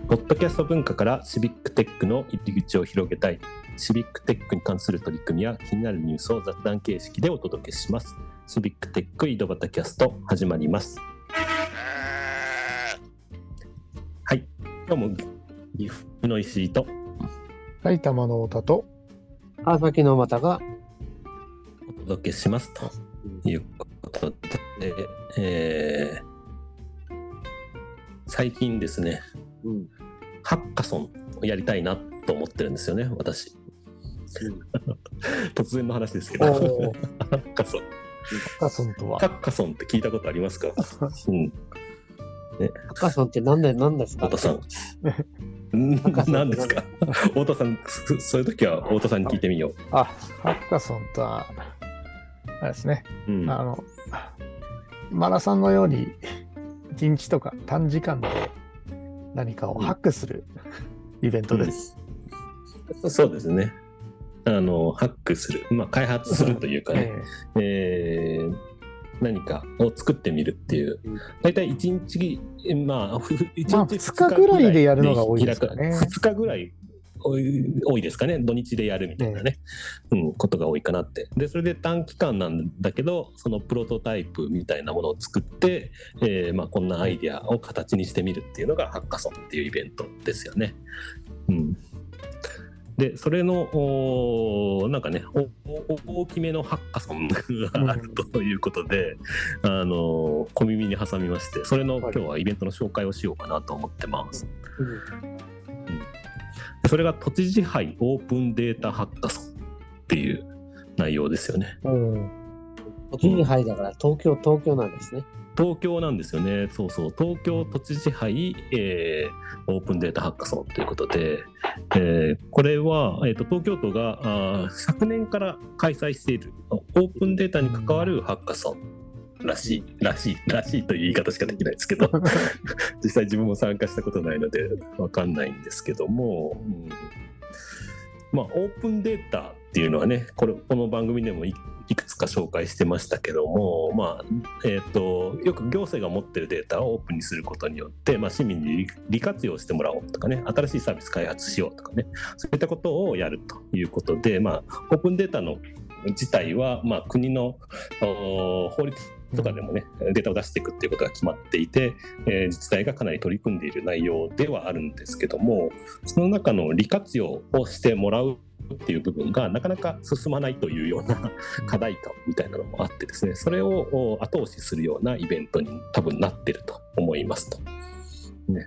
ポッドキャスト文化からシビックテックの入り口を広げたい。シビックテックに関する取り組みや気になるニュースを雑談形式でお届けします。シビックテック井戸端キャスト始まります。はい、今日も岐阜の石井と埼玉の太田と川崎の又がお届けしますということで、最近ですね、ハッカソンをやりたいなと思ってるんですよね、私。突然の話ですけど、ハッカソン。 ハッカソンとは？ ハッカソンって聞いたことありますか？ね、 ハッカソンって何ですか？ 太田さん。何ですか？太田さん、そういう時は太田さんに聞いてみよう。 ハッカソンとはあれですね、マラソンのように1日とか短時間で何かをハックするイベントです。 そうですね。ハックする、開発するというかね、何かを作ってみるっていう、だいたい1日、 2日ぐらいでやるのが多いですかね。 2日ぐらい多いですかね。土日でやるみたいなね、ことが多いかなって。でそれで短期間なんだけど、そのプロトタイプみたいなものを作って、こんなアイデアを形にしてみるっていうのがハッカソンっていうイベントですよね。でそれのなんかね、大きめのハッカソンがあるということで、小耳に挟みまして、それの今日はイベントの紹介をしようかなと思ってます。それが都知事杯オープンデータハッカソンっていう内容ですよね。 都知事杯だから東京なんですね。 東京なんですよね。そうそう、東京都知事杯、オープンデータハッカソンということで、これは、東京都が昨年から開催しているオープンデータに関わるハッカソンらしいという言い方しかできないですけど実際自分も参加したことないので分かんないんですけども、オープンデータっていうのはね、この番組でもいくつか紹介してましたけども、よく行政が持ってるデータをオープンにすることによって、市民に利活用してもらおうとかね、新しいサービス開発しようとかね、そういったことをやるということで、オープンデータの自体は、国の法律とかでもね、データを出していくっていうことが決まっていて、自治体がかなり取り組んでいる内容ではあるんですけども、その中の利活用をしてもらうっていう部分がなかなか進まないというような課題感みたいなのもあってですね、それを後押しするようなイベントに多分なってると思いますと、ね。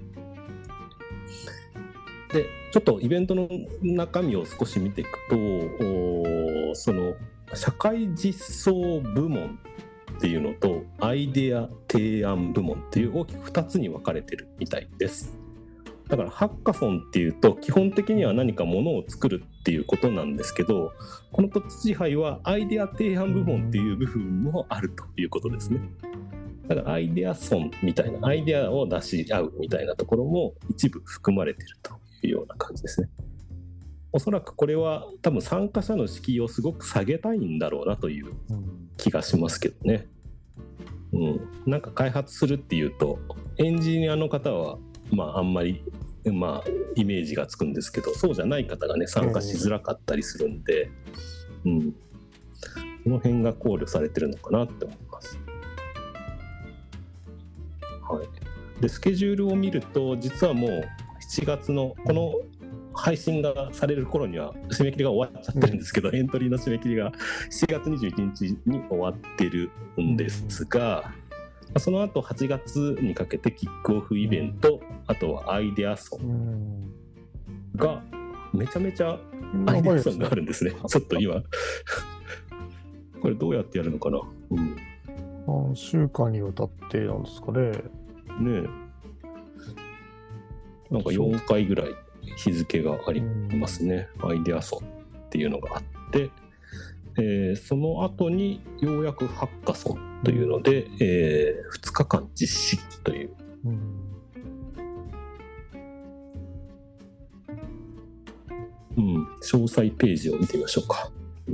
でちょっとイベントの中身を少し見ていくと、その社会実装部門っていうのとアイデア提案部門っていう大きく2つに分かれてるみたいです。だからハッカソンっていうと基本的には何かものを作るっていうことなんですけど、この都知事杯はアイデア提案部門っていう部分もあるということですね。だからアイデアソンみたいな、アイデアを出し合うみたいなところも一部含まれているというような感じですね。おそらくこれは多分参加者の敷居をすごく下げたいんだろうなという気がしますけどね。なんか開発するっていうとエンジニアの方はあんまりイメージがつくんですけど、そうじゃない方がね参加しづらかったりするんで、この辺が考慮されてるのかなって思います。でスケジュールを見ると、実はもう7月のこの配信がされる頃には締め切りが終わっちゃってるんですけど、エントリーの締め切りが7月21日に終わってるんですが、その後8月にかけてキックオフイベント、あとはアイデアソンがめちゃめちゃアイデアソンがあるんですね。ちょっと今これどうやってやるのかな。 何週間にわたってなんですかね。 なんか4回ぐらい日付がありますね。アイデアソンっていうのがあって、その後にようやくハッカソンというので、2日間実施という、詳細ページを見てみましょうか。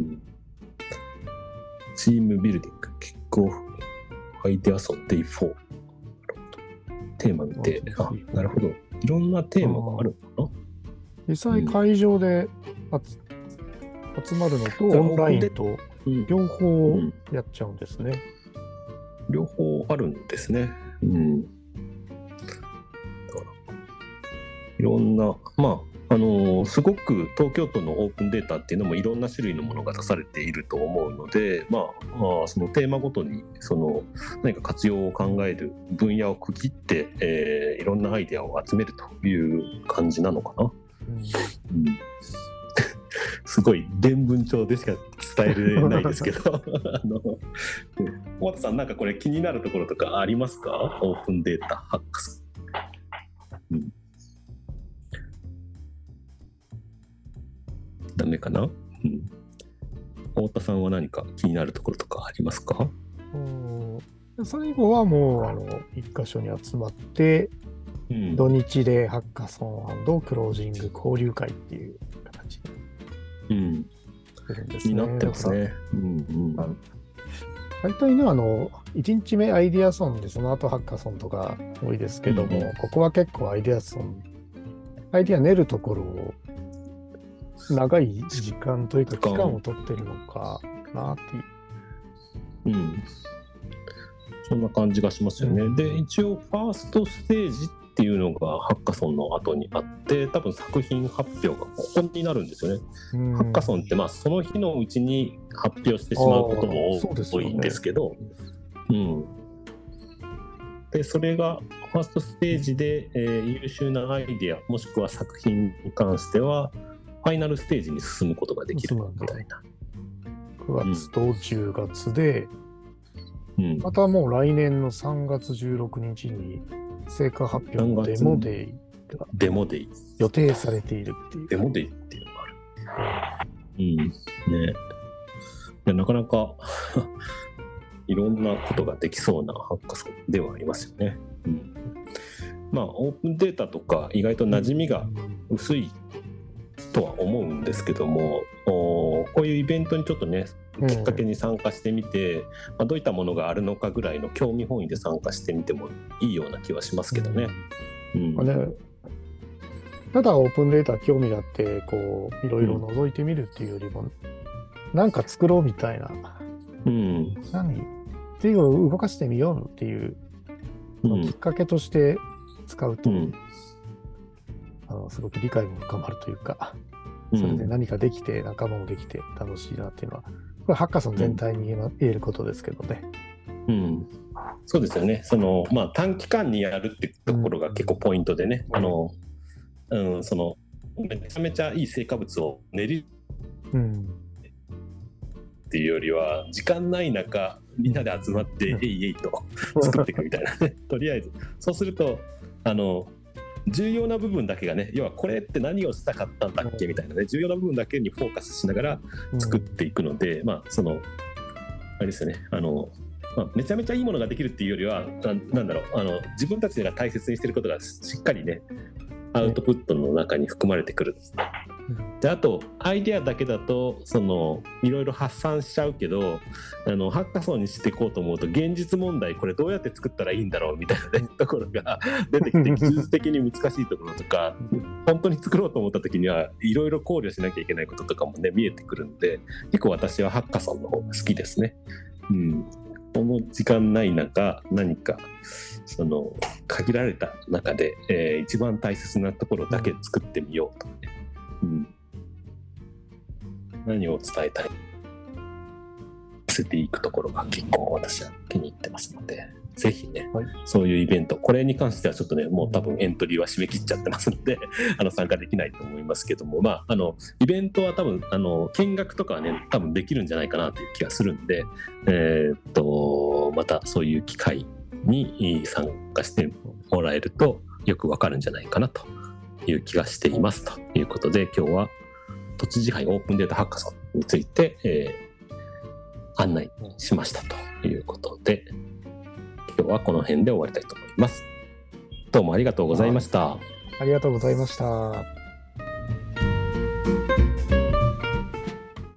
チームビルディング、キックオフ、アイデアソンデイ4。テーマ見て、なるほど。 いろんなテーマがあるのか実際会場で集まるのとオンラインとな、 両方やっちゃうんですね。 両方あるんですね。うん。だからいろんな、すごく東京都のオープンデータっていうのもいろんな種類のものが出されていると思うので、そのテーマごとに何か活用を考える分野を区切って、いろんなアイデアを集めるという感じなのかな。すごい伝聞帳でしか伝えれないですけど大田さん、なんかこれ気になるところとかありますか？オープンデータハッカソン。ダメかな、太田さんは何か気になるところとかありますか？ 最後はもう一箇所に集まって、土日でハッカソン&クロージング交流会っていう形にするんですね。 になってますね。 大体ね、1日目アイディアソンで、その後ハッカソンとか多いですけども、ここは結構アイディア練るところを長い時間というか期間を取ってるのかなっていう。 そんな感じがしますよね。で、一応ファーストステージっていうのがハッカソンの後にあって、多分作品発表がここになるんですよね。ハッカソンってその日のうちに発表してしまうことも多いんですけど、でそれがファーストステージで、優秀なアイデアもしくは作品に関してはファイナルステージに進むことができるみたいな。 9月と10月で、またもう来年の3月16日に成果発表のデモデイが予定されているっていう。 デモデイっていうのがある。ね。なかなかいろんなことができそうなハッカソンではありますよね。オープンデータとか意外と馴染みが薄いとは思うんですけども、こういうイベントにちょっとねきっかけに参加してみて、どういったものがあるのかぐらいの興味本位で参加してみてもいいような気はしますけどね。 ただオープンデータ興味があってこういろいろ覗いてみるっていうよりも、なんか作ろうみたいな、っていうのを動かしてみようっていう、きっかけとして使うと、すごく理解も深まるというか、それで何かできて仲間もできて楽しいなっていうのは、これハッカソン全体に言えることですけどね。 そうですよね。短期間にやるってところが結構ポイントでね、めちゃめちゃいい成果物を練るっていうよりは、時間ない中みんなで集まってえいえいと作っていくみたいなね。とりあえずそうすると重要な部分だけがね、要はこれって何をしたかったんだっけみたいなね、重要な部分だけにフォーカスしながら作っていくので、あれですよね、めちゃめちゃいいものができるっていうよりは、自分たちが大切にしていることがしっかりねアウトプットの中に含まれてくる。であとアイデアだけだといろいろ発散しちゃうけど、ハッカソンにしていこうと思うと現実問題これどうやって作ったらいいんだろうみたいな、ところが出てきて、技術的に難しいところとか本当に作ろうと思った時にはいろいろ考慮しなきゃいけないこととかもね見えてくるので、結構私はハッカソンの方が好きですね。この時間ない中、何か限られた中で、一番大切なところだけ作ってみようとかね、何を伝えたいせていくところが結構私は気に入ってますので、ぜひね、そういうイベント、これに関してはちょっとねもう多分エントリーは締め切っちゃってますので参加できないと思いますけども、イベントは多分見学とかはね多分できるんじゃないかなという気がするんで、またそういう機会に参加してもらえるとよくわかるんじゃないかなという気がしていますということで、今日は都知事杯オープンデータハッカソンについて、案内しましたということで、今日はこの辺で終わりたいと思います。どうもありがとうございました。 ありがとうございました。